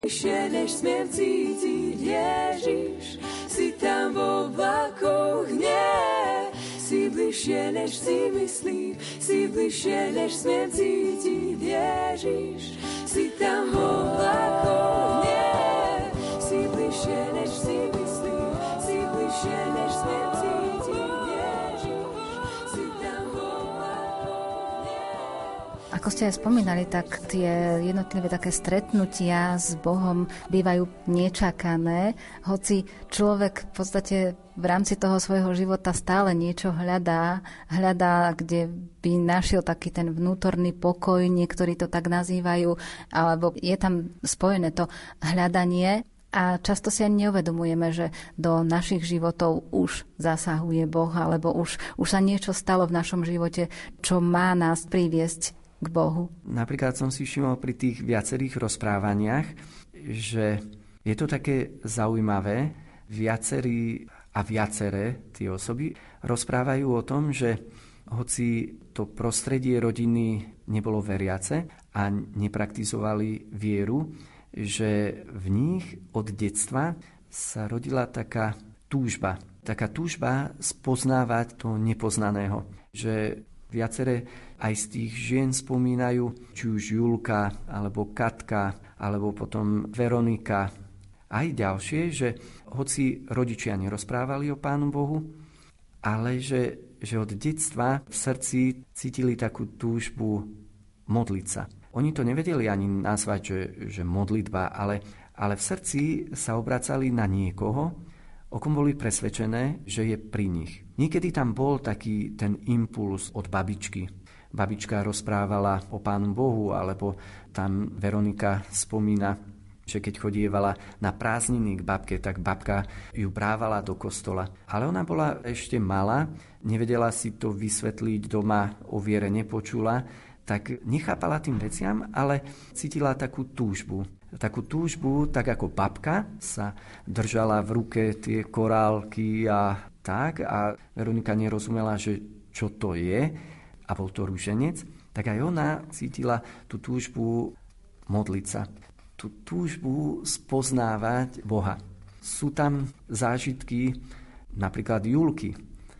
Bližšie, než smiem cítiť, Ježiš, si tam vo vlakoch, nie. Si bližšie, než si myslím, si bližšie, než smiem cítiť, Ježiš, si tam vo vlakoch, nie. Si bližšie, než si myslím, si bližšie, než smiem cítiť, Ježiš, si tam vo vlakoch, nie. Ako ste aj spomínali, tak tie jednotlivé také stretnutia s Bohom bývajú nečakané, hoci človek v podstate v rámci toho svojho života stále niečo hľadá, kde by našiel taký ten vnútorný pokoj, niektorí to tak nazývajú, alebo je tam spojené to hľadanie. A často si ani neuvedomujeme, že do našich životov už zasahuje Boh, alebo už sa niečo stalo v našom živote, čo má nás priviesť k Bohu. Napríklad som si všimol pri tých viacerých rozprávaniach, že je to také zaujímavé. Viacerí a viaceré tie osoby rozprávajú o tom, že hoci to prostredie rodiny nebolo veriace a nepraktizovali vieru, že v nich od detstva sa rodila taká túžba spoznávať to nepoznaného. Že viaceré aj z tých žien spomínajú, či už Julka, alebo Katka, alebo potom Veronika, aj ďalšie, že hoci rodičia nerozprávali o Pánu Bohu, ale že od detstva v srdci cítili takú túžbu modliť sa. Oni to nevedeli ani nazvať, že modlitba, ale v srdci sa obracali na niekoho, o kom boli presvedčené, že je pri nich. Niekedy tam bol taký ten impuls od babičky. Babička rozprávala o Pánu Bohu, alebo tam Veronika spomína, že keď chodievala na prázdniny k babke, tak babka ju brávala do kostola. Ale ona bola ešte malá, nevedela si to vysvetliť doma, o viere nepočula, tak nechápala tým veciam, ale cítila takú túžbu. Takú túžbu, tak ako babka sa držala v ruke tie korálky a tak, a Veronika nerozumela, že čo to je, a bol to ruženec, tak aj ona cítila tú túžbu modliť sa, tú túžbu spoznávať Boha. Sú tam zážitky napríklad Julky,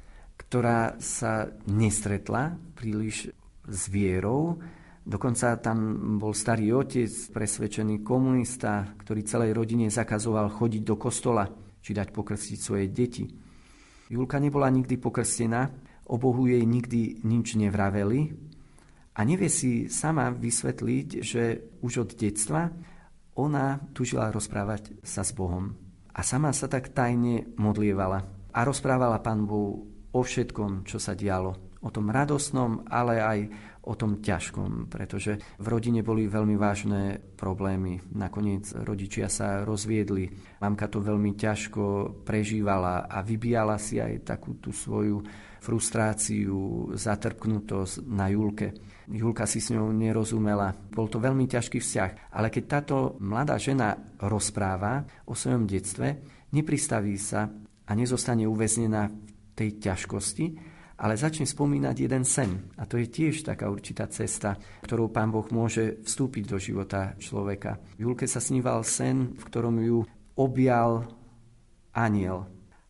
ktorá sa nestretla príliš s vierou. Dokonca tam bol starý otec, presvedčený komunista, ktorý celej rodine zakazoval chodiť do kostola, či dať pokrstiť svoje deti. Julka nebola nikdy pokrstená, o Bohu jej nikdy nič nevraveli a nevie si sama vysvetliť, že už od detstva ona túžila rozprávať sa s Bohom. A sama sa tak tajne modlievala a rozprávala Pánu Bohu o všetkom, čo sa dialo. O tom radosnom, ale aj o tom ťažkom, pretože v rodine boli veľmi vážne problémy. Nakoniec rodičia sa rozviedli. Mamka to veľmi ťažko prežívala a vybíjala si aj takú tú svoju frustráciu, zatrpknutosť na Julke. Julka si s ňou nerozumela. Bol to veľmi ťažký vzťah. Ale keď táto mladá žena rozpráva o svojom detstve, nepristaví sa a nezostane uväznená v tej ťažkosti, ale začne spomínať jeden sen. A to je tiež taká určitá cesta, ktorou Pán Boh môže vstúpiť do života človeka. Julke sa sníval sen, v ktorom ju objal anjel.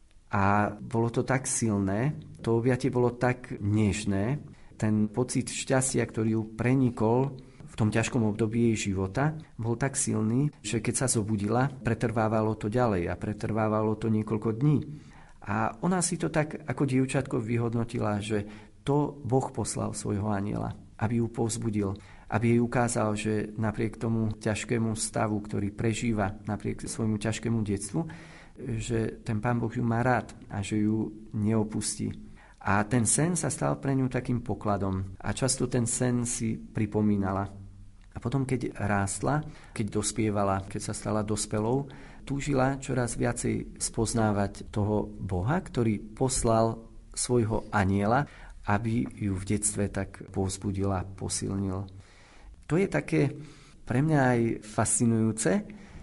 A bolo to tak silné, to objatie bolo tak nežné, ten pocit šťastia, ktorý ju prenikol v tom ťažkom období jej života, bol tak silný, že keď sa zobudila, pretrvávalo to ďalej a pretrvávalo to niekoľko dní. A ona si to tak ako dievčatko vyhodnotila, že to Boh poslal svojho anjela, aby ju povzbudil, aby jej ukázal, že napriek tomu ťažkému stavu, ktorý prežíva, napriek svojmu ťažkému detstvu, že ten Pán Boh ju má rád a že ju neopustí. A ten sen sa stal pre ňu takým pokladom a často ten sen si pripomínala. A potom, keď rástla, keď dospievala, keď sa stala dospelou, túžila čoraz viacej spoznávať toho Boha, ktorý poslal svojho anjela, aby ju v detstve tak povzbudil a posilnil. To je také pre mňa aj fascinujúce,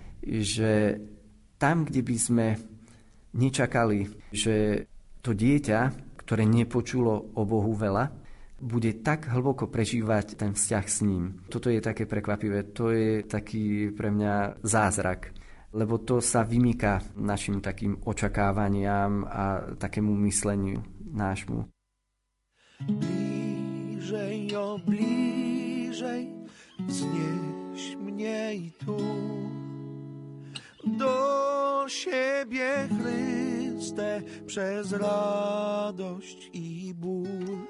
že tam, kde by sme nečakali, že to dieťa, ktoré nepočulo o Bohu veľa, bude tak hlboko prežívať ten vzťah s ním. Toto je také prekvapivé, to je taký pre mňa zázrak, lebo to sa vymýka našim takým očakávaniam a takému mysleniu nášmu. Bliżej, o bliżej, wznieś mnie i tu do siebie, Chryste, przez radość i ból.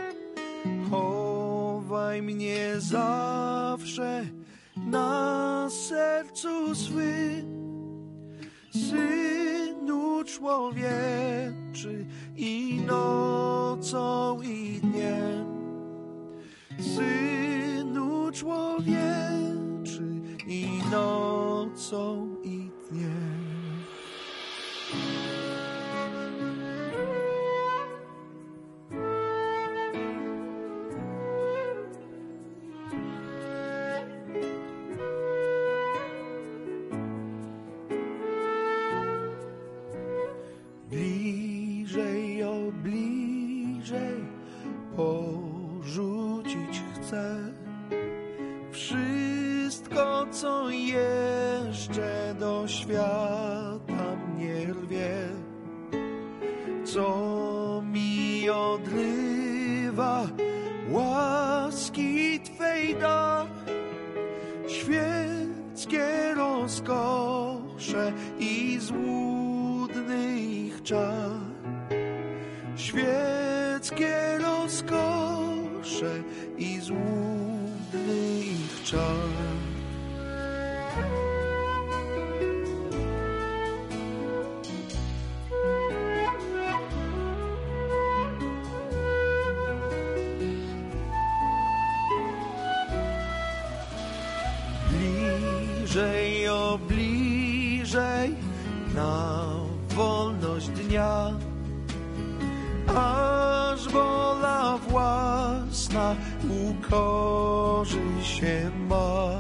Chowaj mnie zawsze na sercu swym, Synu człowieczy, i nocą i dniem. Synu człowieczy, i nocą i dniem. Bliżej, o bliżej, porzucić chcę wszystko, co jeszcze do świata mnie rwie, co mi odrywa łaski Twej dar, świeckie rozkosze i złudny ich czar. Świeckie rozkosze i złudny ich czar. Bliżej, o bliżej, na wolność dnia, aż wola własna ukorzy się ma,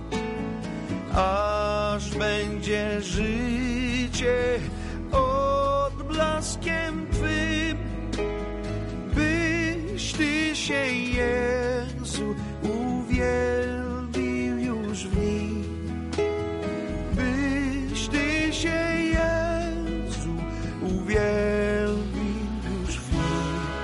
aż będzie życie odblaskiem Twym, byś Ty się, Jezu, uwielbił już w nim, byś Ty się, Jezu, uwielbił już w nim.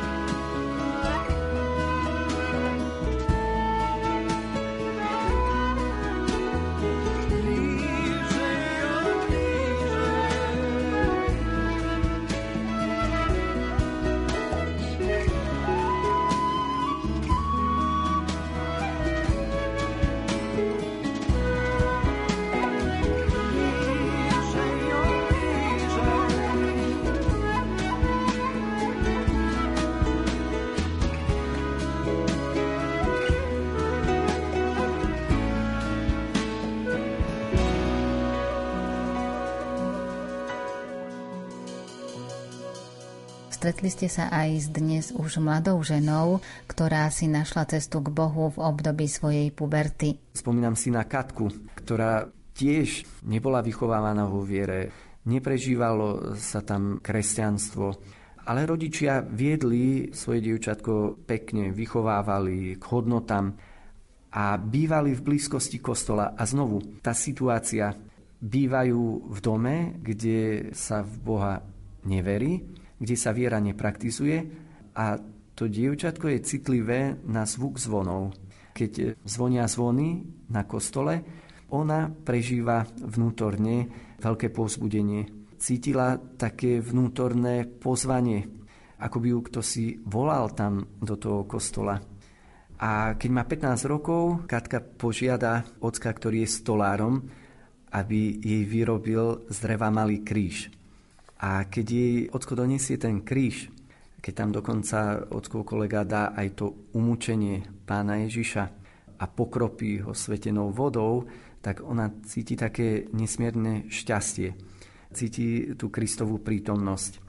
Bliżej, o Stretli ste sa aj s dnes už mladou ženou, ktorá si našla cestu k Bohu v období svojej puberty. Spomínam si na Katku, ktorá tiež nebola vychovávaná vo viere, neprežívalo sa tam kresťanstvo, ale rodičia viedli svoje dievčatko pekne, vychovávali k hodnotám a bývali v blízkosti kostola. A znovu, tá situácia, bývajú v dome, kde sa v Boha neverí, kde sa viera nepraktizuje a to dievčatko je citlivé na zvuk zvonov. Keď zvonia zvony na kostole, ona prežíva vnútorne veľké povzbudenie. Cítila také vnútorné pozvanie, ako by ju kto si volal tam do toho kostola. A keď má 15 rokov, Katka požiada ocka, ktorý je stolárom, aby jej vyrobil z dreva malý kríž. A keď jej ocko donesie ten kríž, keď tam dokonca ockov kolega dá aj to umúčenie Pána Ježiša a pokropí ho svetenou vodou, tak ona cíti také nesmierne šťastie. Cíti tú Kristovú prítomnosť.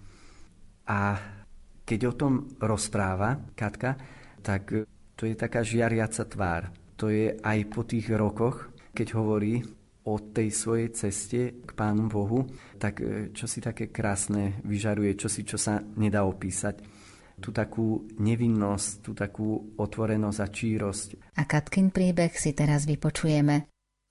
A keď o tom rozpráva Katka, tak to je taká žiariaca tvár. To je aj po tých rokoch, keď hovorí o tej svojej ceste k Pánu Bohu, tak čo si také krásne vyžaruje, čo sa nedá opísať. tú takú nevinnosť, tú takú otvorenosť a čírosť. A Katkin príbeh si teraz vypočujeme.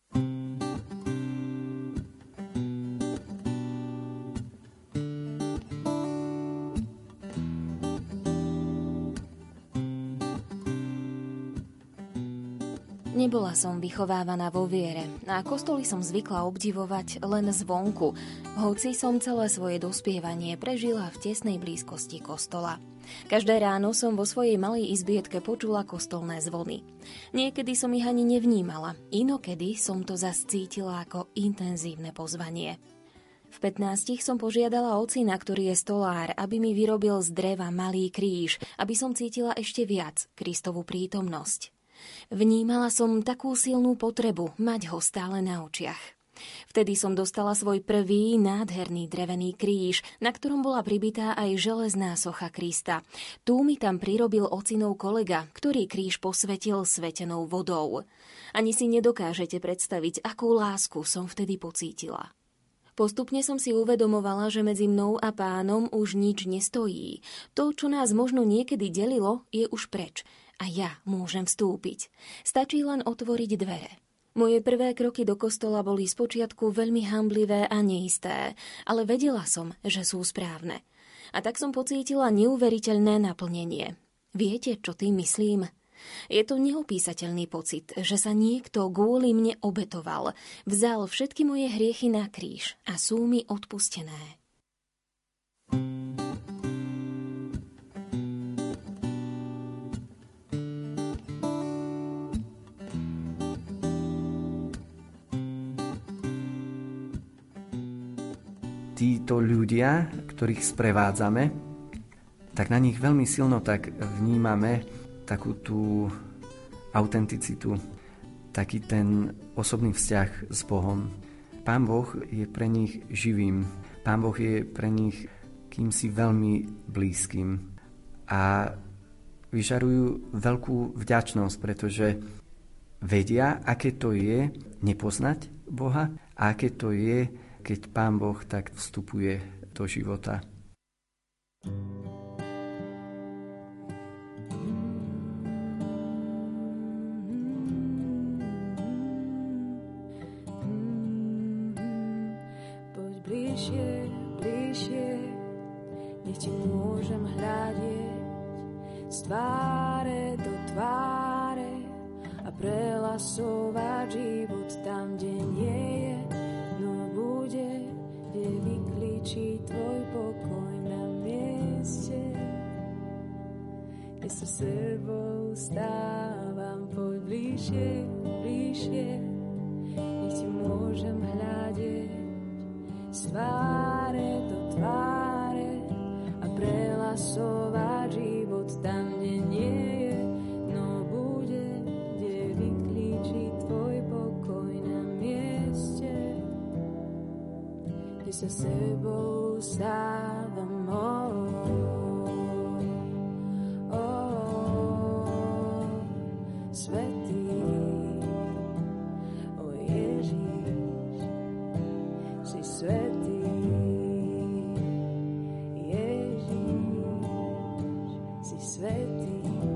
Nebola som vychovávaná vo viere a kostoly som zvykla obdivovať len zvonku, hoci som celé svoje dospievanie prežila v tesnej blízkosti kostola. Každé ráno som vo svojej malej izbietke počula kostolné zvony. Niekedy som ich ani nevnímala, inokedy som to zas cítila ako intenzívne pozvanie. V 15 som požiadala ocina, ktorý je stolár, aby mi vyrobil z dreva malý kríž, aby som cítila ešte viac Kristovu prítomnosť. Vnímala som takú silnú potrebu mať ho stále na očiach. Vtedy som dostala svoj prvý nádherný drevený kríž, na ktorom bola pribitá aj železná socha Krista. Tu mi tam prirobil ocinov kolega, ktorý kríž posvetil svetenou vodou. Ani si nedokážete predstaviť, akú lásku som vtedy pocítila. Postupne som si uvedomovala, že medzi mnou a Pánom už nič nestojí. To, čo nás možno niekedy delilo, je už preč. A ja môžem vstúpiť. Stačí len otvoriť dvere. Moje prvé kroky do kostola boli spočiatku veľmi hanblivé a neisté, ale vedela som, že sú správne. A tak som pocítila neuveriteľné naplnenie. Viete, čo tým myslím? Je to neopísateľný pocit, že sa niekto kvôli mne obetoval, vzal všetky moje hriechy na kríž a sú mi odpustené. Títo ľudia, ktorých sprevádzame, tak na nich veľmi silno tak vnímame takú tú autenticitu, taký ten osobný vzťah s Bohom. Pán Boh je pre nich živým, Pán Boh je pre nich kýmsi veľmi blízkym a vyžarujú veľkú vďačnosť, pretože vedia, aké to je nepoznať Boha a aké to je, keď Pán Boh tak vstupuje do života. Poď bližšie, bližšie, nech ti môžem hľadieť z tváre do tváre a prelasovať život tam, kde nie je. Kde vyklíči tvoj pokoj na mieste, kde sa sebou stávam. Poď bližšie, bližšie, nech ti môžem hľadieť z tváre do tváre a prelasovať život tam, kde nie je, no bude, kde vyklíči tvoj pokoj na mieste, kde sa sebou stávam. Svätý, Ježiš, si svätý. Ježiš, si svätý.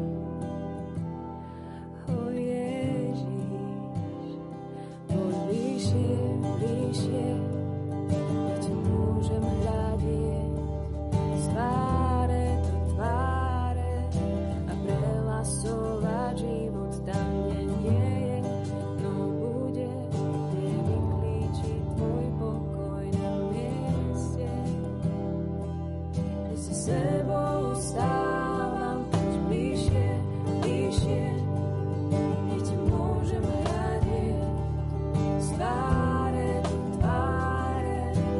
Ježiš, poď bližšie, bližšie, môžem hľadieť z tváre do tváre a prelasovať život tam, kde nie je, no bude, kde vyklíči tvoj pokoj na mieste, kde sa sebou stávam. Poď bližšie, bližšie, kde ti môžem hľadieť z tváre do tváre.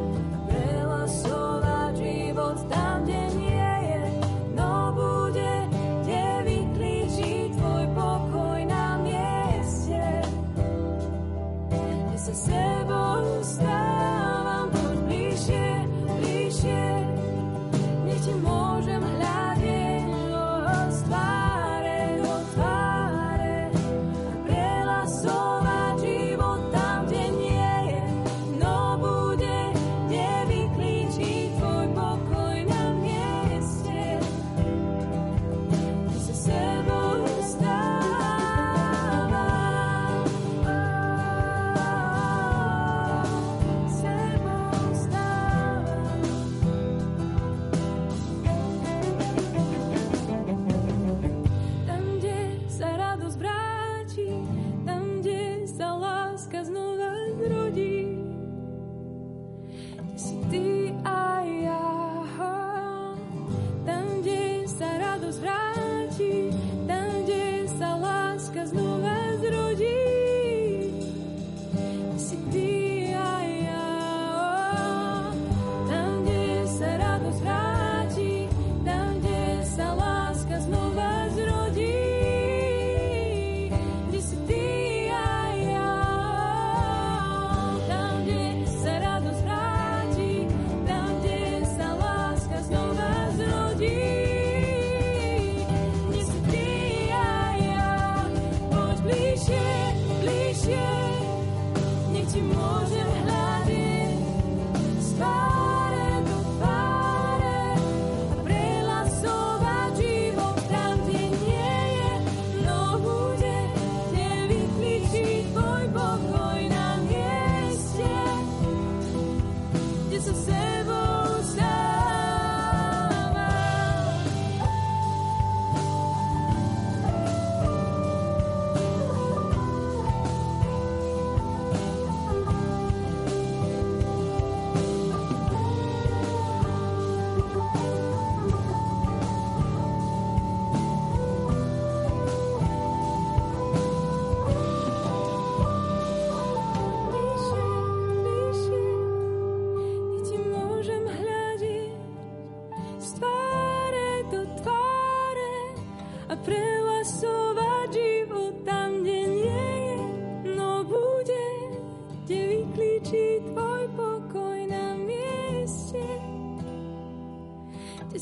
Tam, kde nie je, no bude, kde vyklíči tvoj pokoj na mieste, kde sa sebou stávam. Poď bližšie, bližšie, nech ti môžem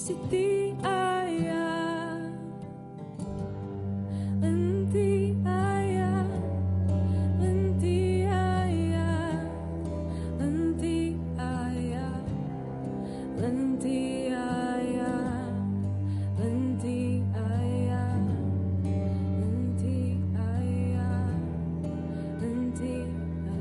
si ty a ja. Len ty a ja. Len ty a ja. Len ty a ja. Len ty a ja. Len ty a ja. Len ty a ja. Len ty a ja.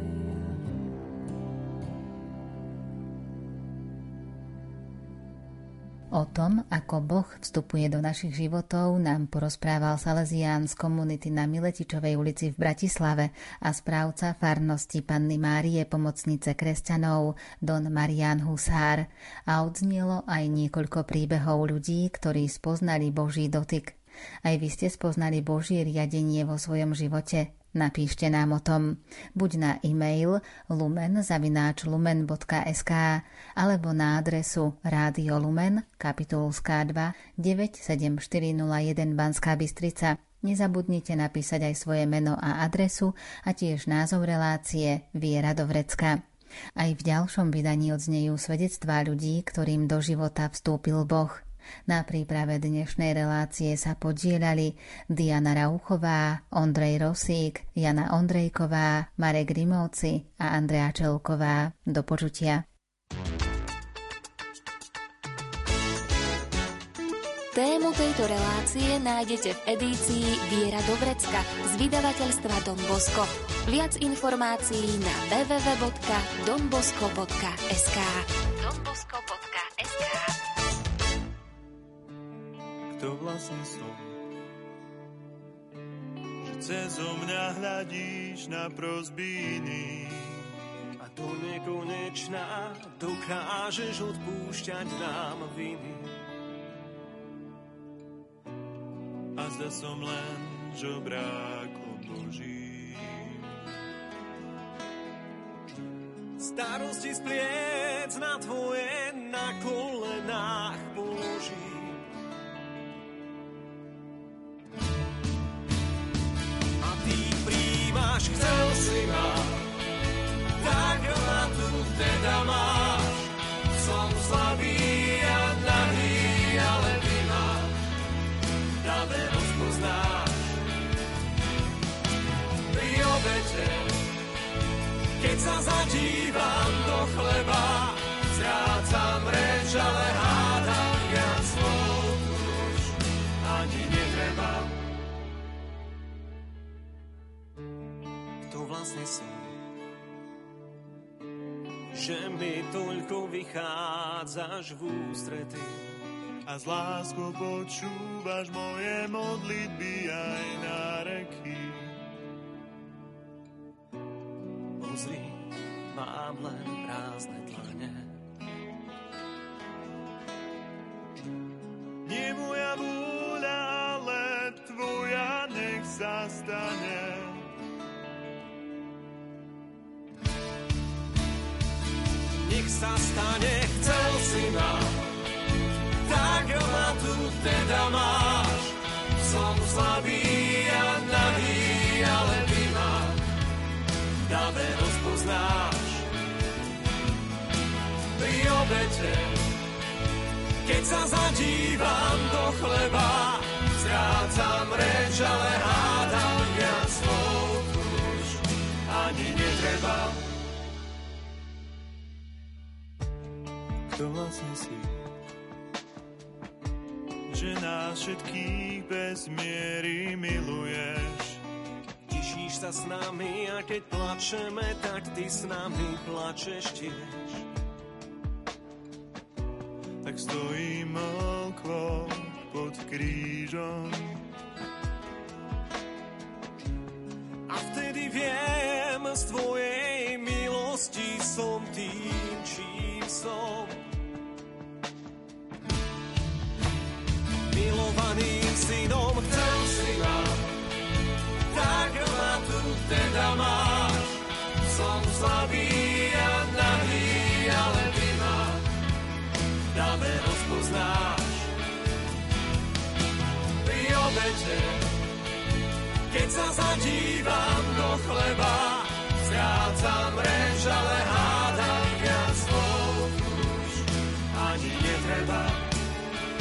O tom, ako Boh vstupuje do našich životov, nám porozprával Salesián z komunity na Miletičovej ulici v Bratislave a správca farnosti Panny Márie Pomocnice kresťanov Don Marián Husár. A odznelo aj niekoľko príbehov ľudí, ktorí spoznali Boží dotyk. Aj vy ste spoznali Božie riadenie vo svojom živote? Napíšte nám o tom buď na e-mail lumen@lumen.sk alebo na adresu Rádio Lumen, Kapitulská 2, 97401 Banská Bystrica. Nezabudnite napísať aj svoje meno a adresu a tiež názov relácie Viera do vrecka. Aj v ďalšom vydaní odznejú svedectvá ľudí, ktorým do života vstúpil Boh. Na príprave dnešnej relácie sa podieľali Diana Rauchová, Ondrej Rosík, Jana Ondrejková, Marek Rimovci a Andrea Čelková. Do počutia. Tému tejto relácie nájdete v edícii Viera do vrecka z vydavateľstva Don Bosco. Viac informácií na www.donbosco.sk. To vlastne som, že cezo mňa hľadíš na prosby iných a do nekonečná dokážeš odpúšťať nám viny. A zda som len žobrákom Božím. Starosti spliec na tvoje na kolenách položím. Chcel si ma, tak ma tu teda máš. Som slabý a nahý, ale ty ma dáve rozpoznáš. Pri obete, keď sa zadívam do chleba, strácam reč, ale hádam viac slov už ani netreba. Vlastne som, že mi toľko vychádzaš v ústrety a s láskou počúvaš moje modlitby aj náreky. Pozri, mám len prázdne dlane. Nie moja vôľa, ale tvoja nech sa stane. Nech sa stane, chcel si ma, tak ma tu teda máš. Som slabý a nahý, ale ty ma dáve rozpoznáš. Pri obete, keď sa zadívam do chleba, strácam reč, ale hádam viac slov už ani netreba. To vlastne si, že nás všetkých bez miery miluješ. Tešíš sa s nami a keď plačeme, tak ty s nami plačeš tiež. Tak stojím okolo pod krížom a vtedy viem, z tvojej milosti som tým, čím som. Milovaným synom chcel si ma, tak ma tu teda máš. Som slabý a nahý, ale ty ma dáve rozpoznáš. Pri obete, keď sa zadívam do chleba, strácam reč, ale hádam viac slov už ani netreba.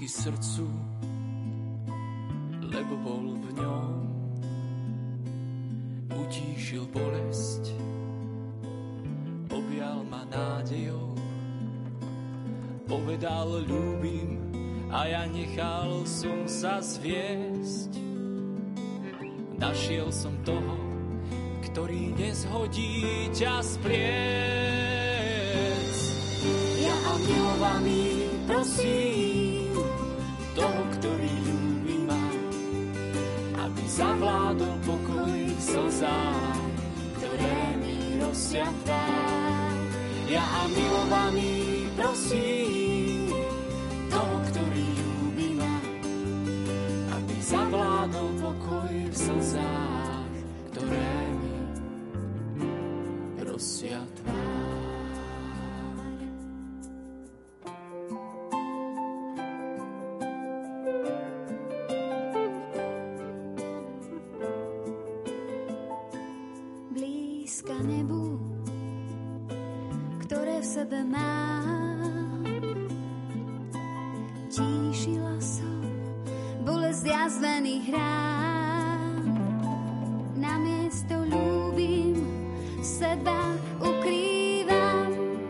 díky srdcu, lebo bol v ňom. Utíšil bolesť, objal ma nádejou, povedal ľúbim a ja nechal som sa zviesť. Našiel som toho, ktorý nezhodí ťa z pliec. Ja a milovaný prosím toho, ktorý ľúbi ma, aby zavládol pokoj v slzách, ktoré mi rozsia tvár. Ja a milovaný prosím toho, ktorý ľúbi ma, aby zavládol pokoj v slzách, ktoré mi rozsia tvár. Blízka nebu, ktoré v sebe mám, tíšila som bolesť jazvených rán. Namiesto ľúbim seba ukrývam,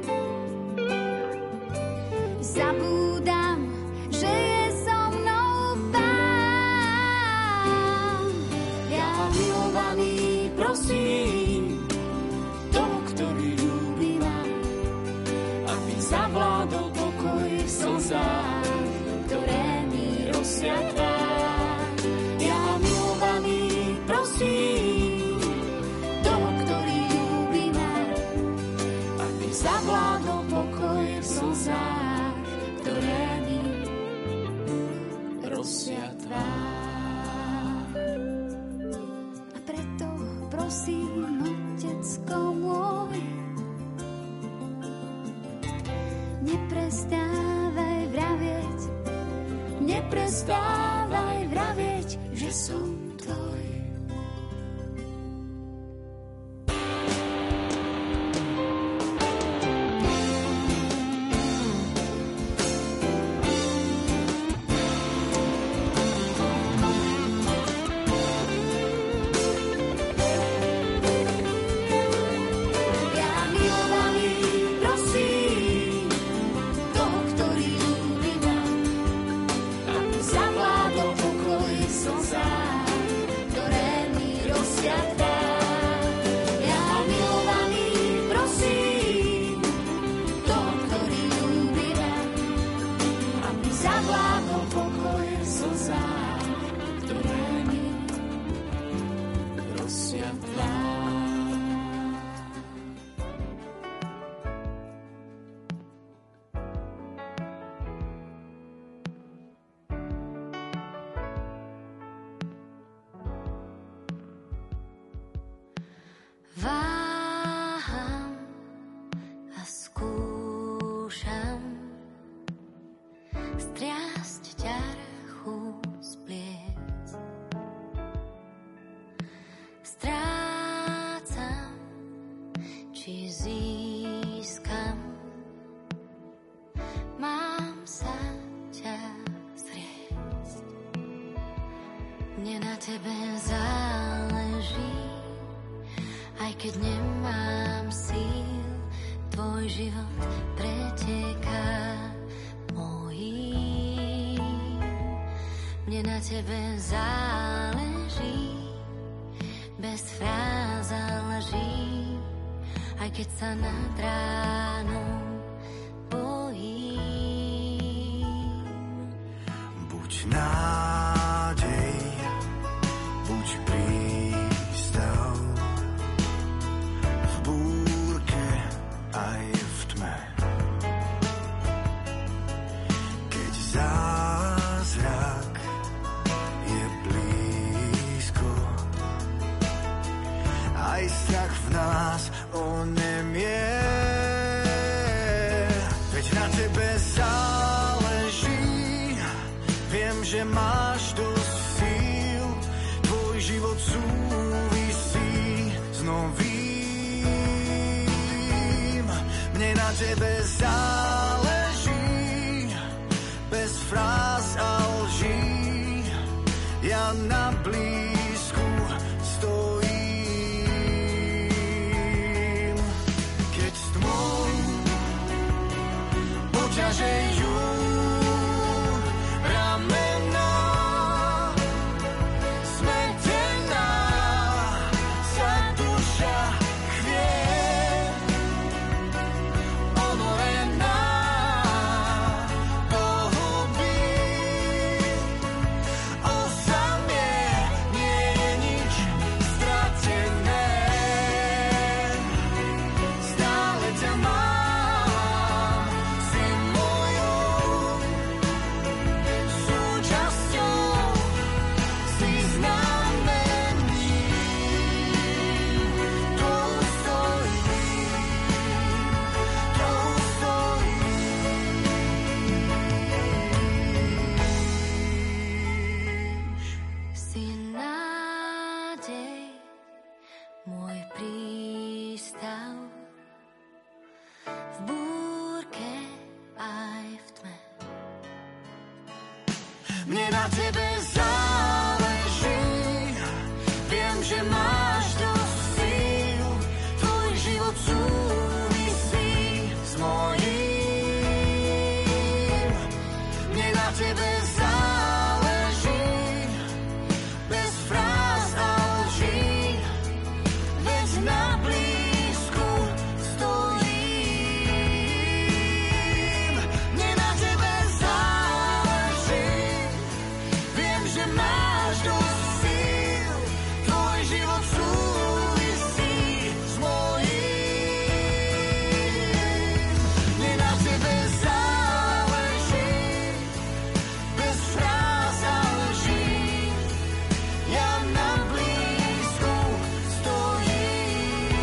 zabúdam, že je so mnou Pán. Ja milovaný prosím toho, ktorý ľúbi ma, aby zavládol pokoj v slzách, ktoré mi rozsia tvár. Ja milovaný prosím toho, ktorý ľúbi ma, aby zavládol pokoj v slzách, ktoré mi rozsia tvár. A preto prosím, Otecko môj, neprestávaj vravieť, že som tvoj. Váham a skúšam striasť ťarchu z pliec. Strácam, či získam, mám sa ťa zrieť. Mne na tebe záleží, aj keď nemám síl, tvoj život preteká mojím. Mne na tebe záleží, bez fráz záleží, aj keď sa nad ránom bojím. Buď nádej, buď prístav, v búrke aj v tme. Keď zázrak je blízko, aj strach v nás onemie. Veď na tebe záleží, viem, že máš dosť síl, tvoj život súvisí s novým. Mne na tebe záleží, bez fráz Mne na tebe záleží, viem, že máš dosť síl, tvoj život súvisí s mojím. Mne na tebe záleží, bez fráz a lží, veď na blízku stojím. Mne na tebe záleží, viem, že máš dosť síl, tvoj život súvisí s mojím. Mne na tebe záleží, bez fráz a lží, ja na blízku stojím.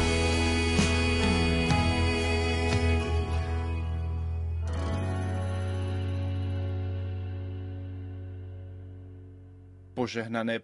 Požehnané